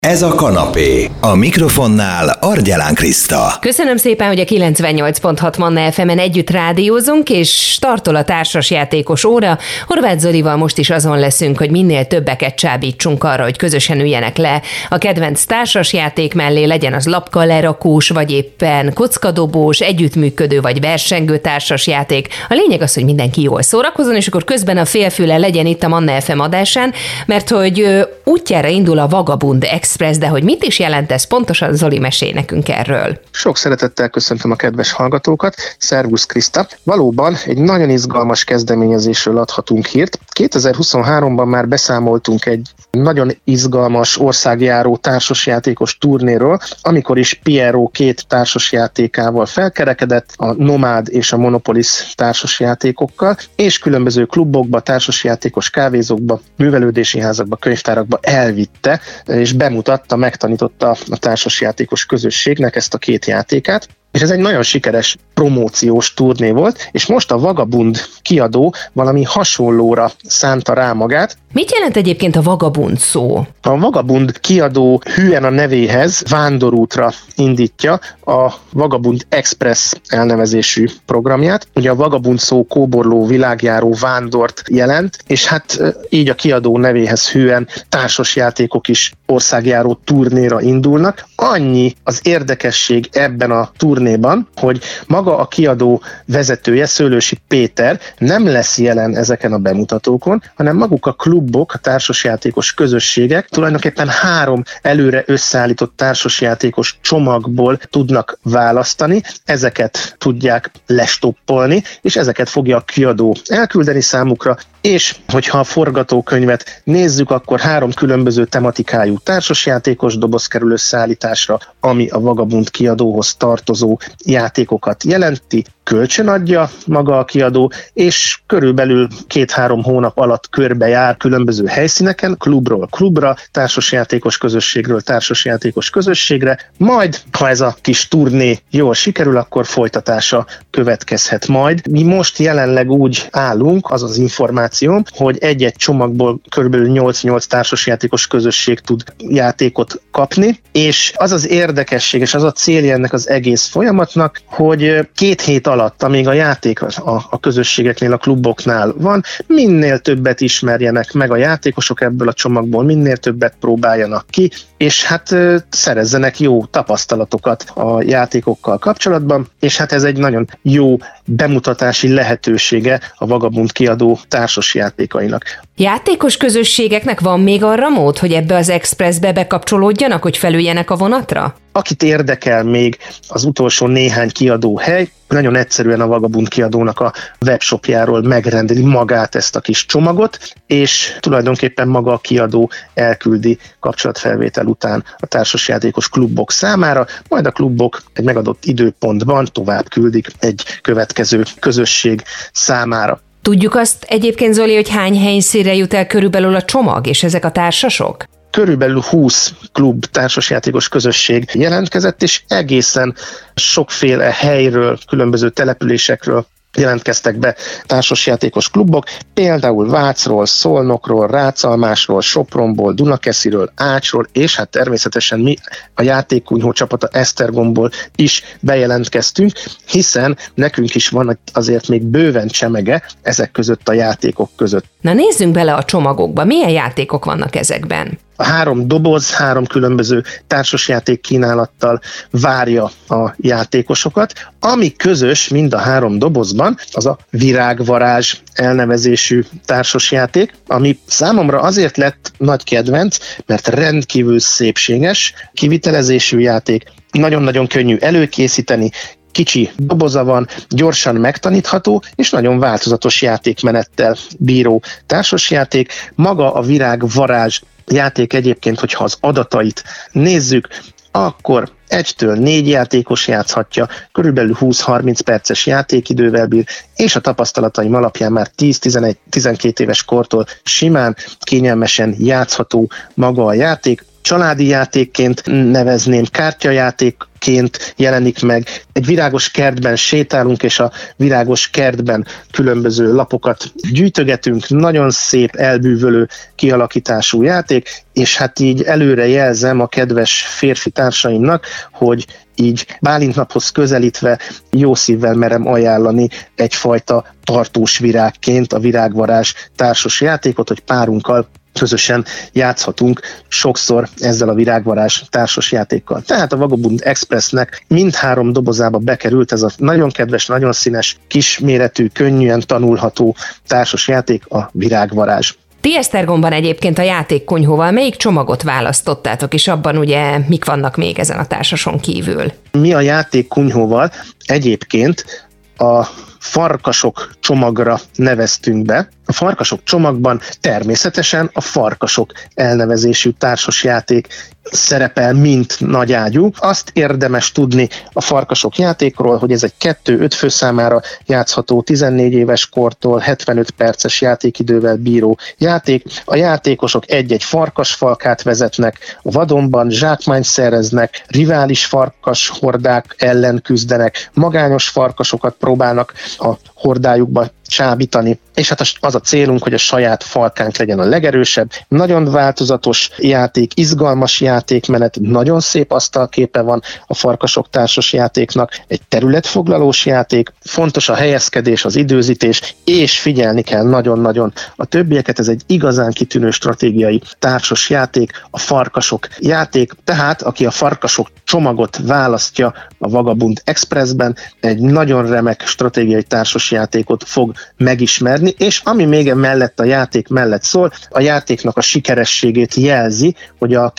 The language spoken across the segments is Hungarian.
Ez a kanapé. A mikrofonnál Argyelán Kriszta. Köszönöm szépen, hogy a 98.6 Manna FM-en együtt rádiózunk, és startol a társasjátékos óra. Horváth Zolival most is azon leszünk, hogy minél többeket csábítsunk arra, hogy közösen üljenek le a kedvenc társasjáték mellé, legyen az lapkalerakós, vagy éppen kockadobós, együttműködő vagy versengő társasjáték. A lényeg az, hogy mindenki jól szórakozzon, és akkor közben a félfüle legyen itt a Manna FM adásán, mert hogy útjára indul a Vagabund Express, de hogy mit is jelent ez pontosan, Zoli, mesélj nekünk erről. Sok szeretettel köszöntöm a kedves hallgatókat. Szervusz, Kriszta! Valóban egy nagyon izgalmas kezdeményezésről adhatunk hírt. 2023-ban már beszámoltunk egy nagyon izgalmas országjáró társasjátékos turnéről, amikor is Pierrot két társasjátékával felkerekedett, a Nomád és a Monopolis társasjátékokkal, és különböző klubokba, társasjátékos kávézókba, művelődési házakba, könyvtárakba elvitte, és bemutatta, megtanította a társasjátékos közösségnek ezt a két játékát. És ez egy nagyon sikeres promóciós turné volt, és most a Vagabund kiadó valami hasonlóra szánta rá magát. Mit jelent egyébként a Vagabund szó? A Vagabund kiadó hűen a nevéhez vándorútra indítja a Vagabund Express elnevezésű programját. Ugye a Vagabund szó kóborló, világjáró, vándort jelent, és hát így a kiadó nevéhez hűen társasjátékok is országjáró turnéra indulnak. Annyi az érdekesség ebben a turnéban, hogy maga a kiadó vezetője, Szőlősi Péter nem lesz jelen ezeken a bemutatókon, hanem maguk a klubok, a társasjátékos közösségek tulajdonképpen 3 előre összeállított társasjátékos csomagból tudnak választani, ezeket tudják lestoppolni, és ezeket fogja a kiadó elküldeni számukra, és hogyha a forgatókönyvet nézzük, akkor 3 különböző tematikájú társasjátékos doboz kerül összeállításra, ami a Vagabund kiadóhoz tartozó játékokat jelenti, kölcsönadja maga a kiadó, és körülbelül 2-3 hónap alatt körbejár különböző helyszíneken, klubról klubra, társasjátékos közösségről társasjátékos közösségre, majd, ha ez a kis turné jól sikerül, akkor folytatása következhet majd. Mi most jelenleg úgy állunk, az az információ, hogy egy-egy csomagból körülbelül 8-8 társasjátékos közösség tud játékot kapni, és az az érdekesség, és az a célja ennek az egész folyamatnak, hogy 2 hét alatt, amíg a játék a közösségeknél, a kluboknál van, minél többet ismerjenek meg a játékosok ebből a csomagból, minél többet próbáljanak ki, és hát szerezzenek jó tapasztalatokat a játékokkal kapcsolatban, és hát ez egy nagyon jó bemutatási lehetősége a Vagabund kiadó társasjátékainak. Játékos közösségeknek van még arra mód, hogy ebbe az Expressbe bekapcsolódjanak, hogy felüljenek a vonatra? Akit érdekel még az utolsó néhány kiadóhely, nagyon egyszerűen a Vagabund kiadónak a webshopjáról megrendeli magát ezt a kis csomagot, és tulajdonképpen maga a kiadó elküldi kapcsolatfelvétel után a társasjátékos klubok számára, majd a klubok egy megadott időpontban tovább küldik egy következő közösség számára. Tudjuk azt egyébként, Zoli, hogy hány helyszínre jut el körülbelül a csomag, és ezek a társasok? Körülbelül 20 klub, társasjátékos közösség jelentkezett, és egészen sokféle helyről, különböző településekről jelentkeztek be társasjátékos klubok, például Vácról, Szolnokról, Rácalmásról, Sopronból, Dunakesziről, Ácsról, és hát természetesen mi a játékkunyhó csapata Esztergomból is bejelentkeztünk, hiszen nekünk is van azért még bőven csemege ezek között a játékok között. Na nézzünk bele a csomagokba, milyen játékok vannak ezekben? A 3 doboz, 3 különböző társasjáték kínálattal várja a játékosokat. Ami közös mind a 3 dobozban, az a Virágvarázs elnevezésű társasjáték, ami számomra azért lett nagy kedvenc, mert rendkívül szépséges kivitelezésű játék, nagyon-nagyon könnyű előkészíteni, kicsi doboza van, gyorsan megtanítható, és nagyon változatos játékmenettel bíró társasjáték. Maga a Virágvarázs játék egyébként, hogyha az adatait nézzük, akkor 1-től 4 játékos játszhatja, körülbelül 20-30 perces játékidővel bír, és a tapasztalataim alapján már 10-11-12 éves kortól simán, kényelmesen játszható maga a játék. családi játékként nevezném, kártyajátékként jelenik meg. Egy virágos kertben sétálunk, és a virágos kertben különböző lapokat gyűjtögetünk. Nagyon szép, elbűvölő kialakítású játék, és hát így előre jelzem a kedves férfi társaimnak, hogy így Bálintnaphoz közelítve jó szívvel merem ajánlani egyfajta tartós virágként a Virágvarázs társas játékot, hogy párunkkal közösen játszhatunk sokszor ezzel a Virágvarázs társas játékkal. Tehát a Vagabund Expressnek mindhárom dobozába bekerült ez a nagyon kedves, nagyon színes, kisméretű, könnyűen tanulható társas játék, a Virágvarázs. Ti Esztergomban egyébként a játékkonyhóval melyik csomagot választottátok, és abban ugye mik vannak még ezen a társason kívül? Mi a játékkonyhóval egyébként a farkasok csomagra neveztünk be. A farkasok csomagban természetesen a farkasok elnevezésű társasjáték szerepel, mint nagyágyú. Azt érdemes tudni a farkasok játékról, hogy ez egy 2-5 fő számára játszható 14 éves kortól 75 perces játékidővel bíró játék. A játékosok egy-egy farkasfalkát vezetnek, a vadonban zsákmányt szereznek, rivális farkas hordák ellen küzdenek, magányos farkasokat próbálnak a hordájukba csábítani, és hát az a célunk, hogy a saját falkánk legyen a legerősebb. Nagyon változatos játék, izgalmas játékmenet, nagyon szép asztalképe van a farkasok társas játéknak, egy területfoglalós játék, fontos a helyezkedés, az időzítés, és figyelni kell nagyon-nagyon a többieket, ez egy igazán kitűnő stratégiai társas játék, a farkasok játék, tehát aki a farkasok csomagot választja a Vagabund Expressben, egy nagyon remek stratégiai társas játékot fog megismerni, és ami még mellett a játék mellett szól, a játéknak a sikerességét jelzi, hogy a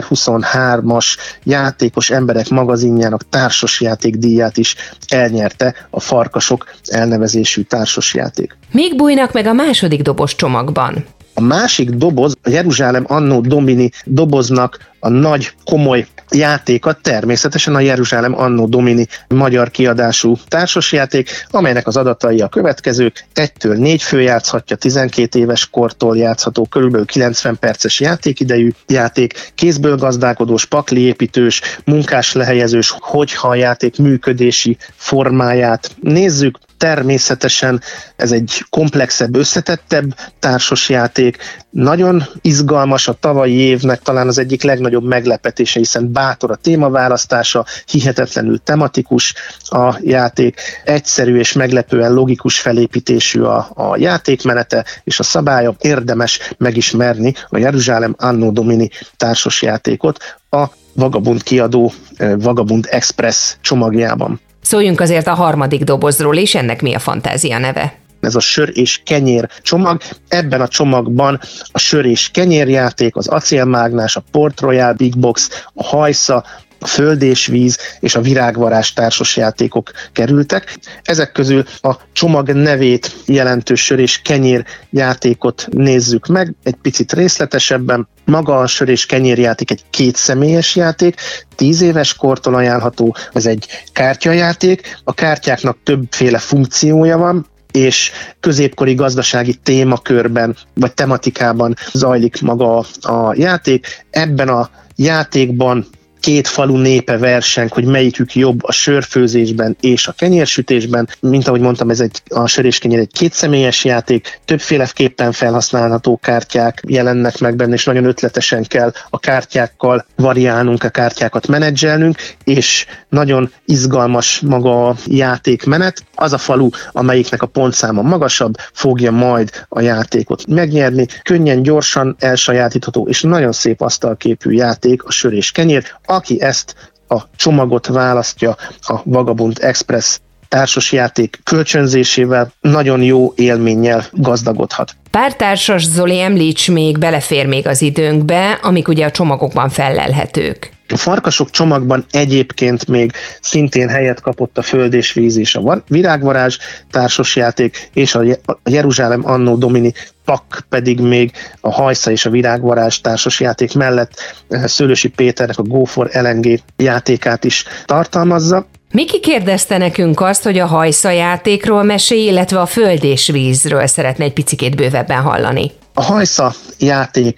2023-as Játékos Emberek magazinjának társasjáték díját is elnyerte a Farkasok elnevezésű társasjáték. Mik bújnak meg a második dobos csomagban? A másik doboz, a Jeruzsálem Anno Domini doboznak a nagy, komoly játéka természetesen a Jeruzsálem Anno Domini magyar kiadású társasjáték, amelynek az adatai a következők: 1-től 4 fő játszhatja, 12 éves kortól játszható, körülbelül 90 perces játékidejű játék, kézből gazdálkodós, pakliépítős, munkás lehelyezős, hogyha a játék működési formáját nézzük. Természetesen ez egy komplexebb, összetettebb társasjáték, nagyon izgalmas, a tavalyi évnek talán az egyik legnagyobb meglepetése, hiszen bátor a témaválasztása, hihetetlenül tematikus a játék, egyszerű és meglepően logikus felépítésű a játékmenete és a szabálya, érdemes megismerni a Jeruzsálem Anno Domini társasjátékot a Vagabund kiadó Vagabund Express csomagjában. Szóljunk azért a harmadik dobozról is, ennek mi a fantázia neve? Ez a sör és kenyér csomag. Ebben a csomagban a sör és kenyérjáték, az acélmágnás, a Port Royal Big Box, a hajsza, a Föld és víz és a Virágvarázs társasjátékok kerültek. Ezek közül a csomag nevét jelentő sör és kenyér játékot nézzük meg egy picit részletesebben. Maga a sör és kenyérjáték egy 2 személyes játék, 10 éves kortól ajánlható, ez egy kártyajáték. A kártyáknak többféle funkciója van, és középkori gazdasági témakörben vagy tematikában zajlik maga a játék. Ebben a játékban 2 falu népe verseng, hogy melyikük jobb a sörfőzésben és a kenyérsütésben. Mint ahogy mondtam, a sör és kenyér egy 2 személyes játék, többféleképpen felhasználható kártyák jelennek meg benne, és nagyon ötletesen kell a kártyákkal variálnunk, a kártyákat menedzselnünk, és nagyon izgalmas maga a játékmenet. Az a falu, amelyiknek a pontszáma magasabb, fogja majd a játékot megnyerni. Könnyen, gyorsan elsajátítható, és nagyon szép asztalképű játék a sör és kenyér. Aki ezt a csomagot választja a Vagabund Express társasjáték kölcsönzésével, nagyon jó élménnyel gazdagodhat. Pártársas Zoli, említs még, belefér még az időnkbe, amik ugye a csomagokban fellelhetők. A farkasok csomagban egyébként még szintén helyet kapott a Föld és víz és a Virágvarázs társasjáték, és a Jeruzsálem Anno Domini pak pedig még a hajsza és a Virágvarázs társasjáték mellett Szőlősi Péternek a Go for LNG játékát is tartalmazza. Miki kérdezte nekünk azt, hogy a hajsza játékról mesélj, illetve a Föld és vízről szeretne egy picikét bővebben hallani. A hajsza játék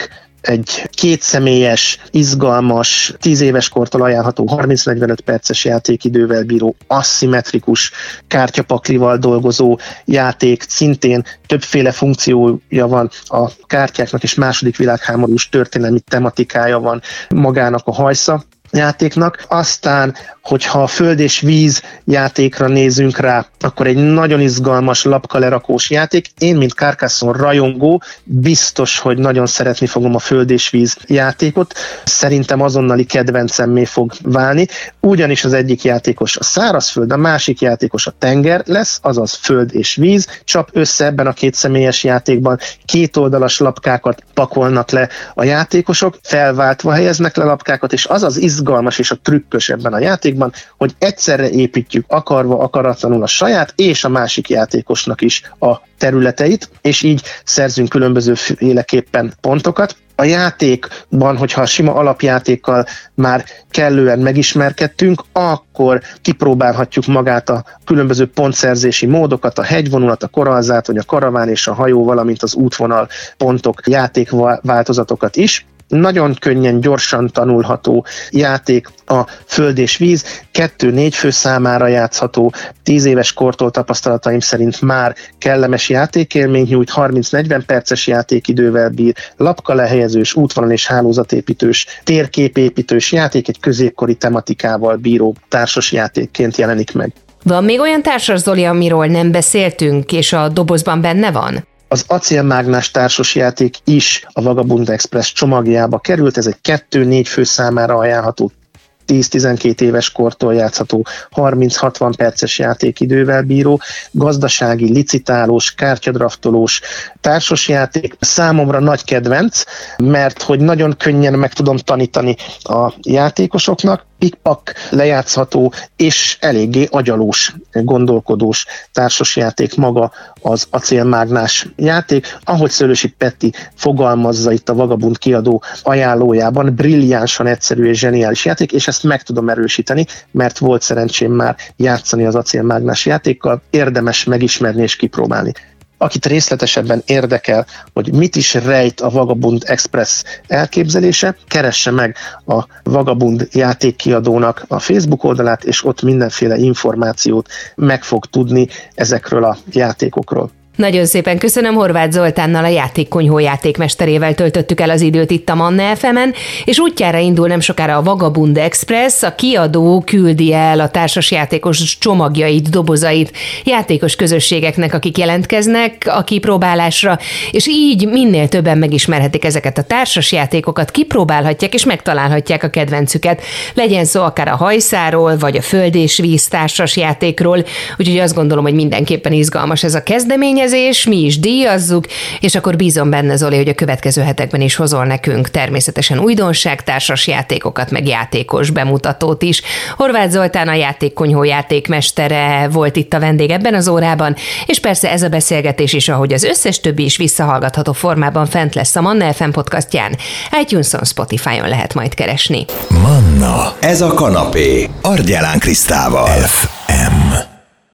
egy kétszemélyes, izgalmas, 10 éves kortól ajánlható 30-45 perces játékidővel bíró, aszimmetrikus kártyapaklival dolgozó játék, szintén többféle funkciója van a kártyáknak, és második világháborús történelmi tematikája van magának a hajsza játéknak. Aztán, hogyha a föld és víz játékra nézünk rá, akkor egy nagyon izgalmas lapkalerakós játék. Én, mint Carcassonne rajongó, biztos, hogy nagyon szeretni fogom a föld és víz játékot. Szerintem azonnali kedvencemmé fog válni, ugyanis az egyik játékos a szárazföld, a másik játékos a tenger lesz, azaz föld és víz, csap össze ebben a kétszemélyes játékban, kétoldalas lapkákat pakolnak le a játékosok, felváltva helyeznek le lapkákat, és az az izgalmas és a trükkös ebben a játékban, hogy egyszerre építjük akarva, akaratlanul a saját és a másik játékosnak is a területeit, és így szerzünk különbözőféleképpen pontokat. A játékban, hogyha a sima alapjátékkal már kellően megismerkedtünk, akkor kipróbálhatjuk magát a különböző pontszerzési módokat, a hegyvonulat, a korallzát, vagy a karaván és a hajó, valamint az útvonal pontok, játékváltozatokat is. Nagyon könnyen, gyorsan tanulható játék a föld és víz, 2-4 fő számára játszható, 10 éves kortól tapasztalataim szerint már kellemes játékélményt nyújt, 30-40 perces játékidővel bír, lapkalehelyezős, útvonal és hálózatépítős, térképépítős játék, egy középkori tematikával bíró társas játékként jelenik meg. Van még olyan társas, Zoli, amiről nem beszéltünk, és a dobozban benne van? Az acélmágnás társasjáték is a Vagabund Express csomagjába került, ez egy 2-4 fő számára ajánlható, 10-12 éves kortól játszható, 30-60 perces játékidővel bíró, gazdasági, licitálós, kártyadraftolós társasjáték. Számomra nagy kedvenc, mert hogy nagyon könnyen meg tudom tanítani a játékosoknak, pikpak lejátszható, és eléggé agyalós, gondolkodós társasjáték maga az acélmágnás játék. Ahogy Szőlősi Peti fogalmazza itt a Vagabund kiadó ajánlójában, brilliánsan egyszerű és zseniális játék, és ezt meg tudom erősíteni, mert volt szerencsém már játszani az acélmágnás játékkal, érdemes megismerni és kipróbálni. Akit részletesebben érdekel, hogy mit is rejt a Vagabund Express elképzelése, keresse meg a Vagabund játékkiadónak a Facebook oldalát, és ott mindenféle információt meg fog tudni ezekről a játékokról. Nagyon szépen köszönöm, Horváth Zoltánnal, a Játékkonyhó játékmesterével töltöttük el az időt itt a Manna FM-en, és útjára indul nem sokára a Vagabund Express, a kiadó küldi el a társasjátékos csomagjait, dobozait játékos közösségeknek, akik jelentkeznek a kipróbálásra, és így minél többen megismerhetik ezeket a társasjátékokat, kipróbálhatják és megtalálhatják a kedvencüket. Legyen szó akár a hajszáról, vagy a föld és víz társasjátékról, úgyhogy azt gondolom, hogy mindenképpen izgalmas ez a kezdeményezés, mi is díjazzuk, és akkor bízom benne, Zoli, hogy a következő hetekben is hozol nekünk természetesen újdonság, társas játékokat, meg játékos bemutatót is. Horváth Zoltán, a Játékkonyhó játékmestere volt itt a vendég ebben az órában, és persze ez a beszélgetés is, ahogy az összes többi is visszahallgatható formában fent lesz a Manna FM podcastján, iTunes-on, Spotify-on lehet majd keresni. Manna, ez a kanapé, Argyelán Krisztával. FM.